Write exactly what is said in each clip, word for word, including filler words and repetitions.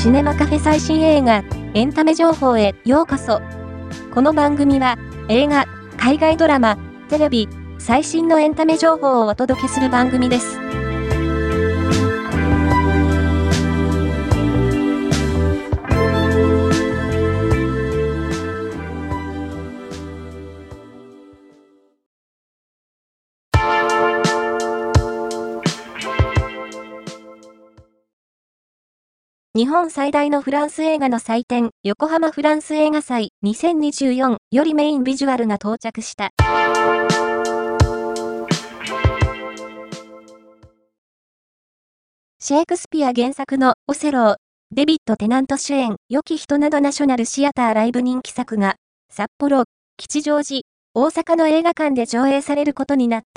シネマカフェ最新映画、エンタメ情報へようこそ。この番組は、映画、海外ドラマ、テレビ、最新のエンタメ情報をお届けする番組です。日本最大のフランス映画の祭典、横浜フランス映画祭にせんにじゅうよんよりメインビジュアルが到着した。シェイクスピア原作のオセロー、デビッド・テナント主演、良き人などナショナルシアターライブ人気作が、札幌、吉祥寺、大阪の映画館で上映されることになった。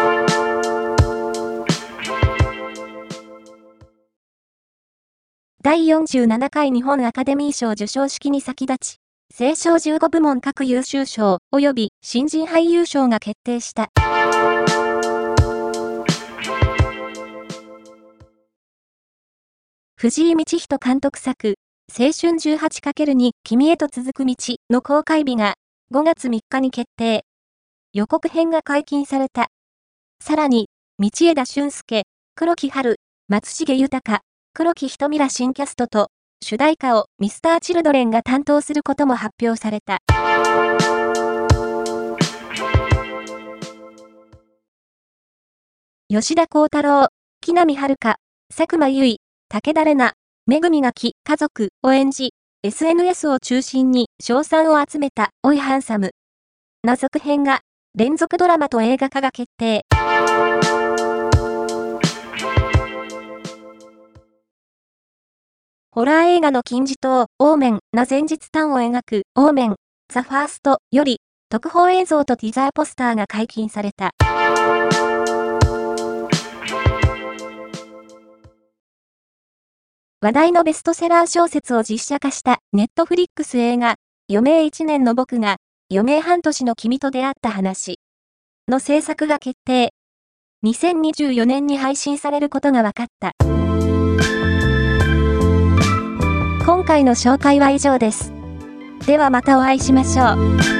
だいよんじゅうななかい日本アカデミー賞授賞式に先立ち、青少じゅうご部門各優秀賞及び新人俳優賞が決定した。藤井道人監督作、青春 じゅうはちかけるに 君へと続く道の公開日がごがつみっかに決定。予告編が解禁された。さらに、道枝駿佑、黒木華、松重豊、黒木瞳ら新キャストと、主題歌を ミスターチルドレンが担当することも発表された。吉田鋼太郎、木南晴夏、佐久間由衣、武田玲奈、めぐみがき家族を演じ、エスエヌエス を中心に称賛を集めたおいハンサムの続編が連続ドラマと映画化が決定。ホラー映画の金字塔、オーメンの前日譚を描くオーメン、ザ・ファーストより特報映像とティザーポスターが解禁された。話題のベストセラー小説を実写化したネットフリックス映画、余命いちねんの僕が余命半年の君と出会った話の制作が決定。にせんにじゅうよねんに配信されることが分かった。今回の紹介は以上です。ではまたお会いしましょう。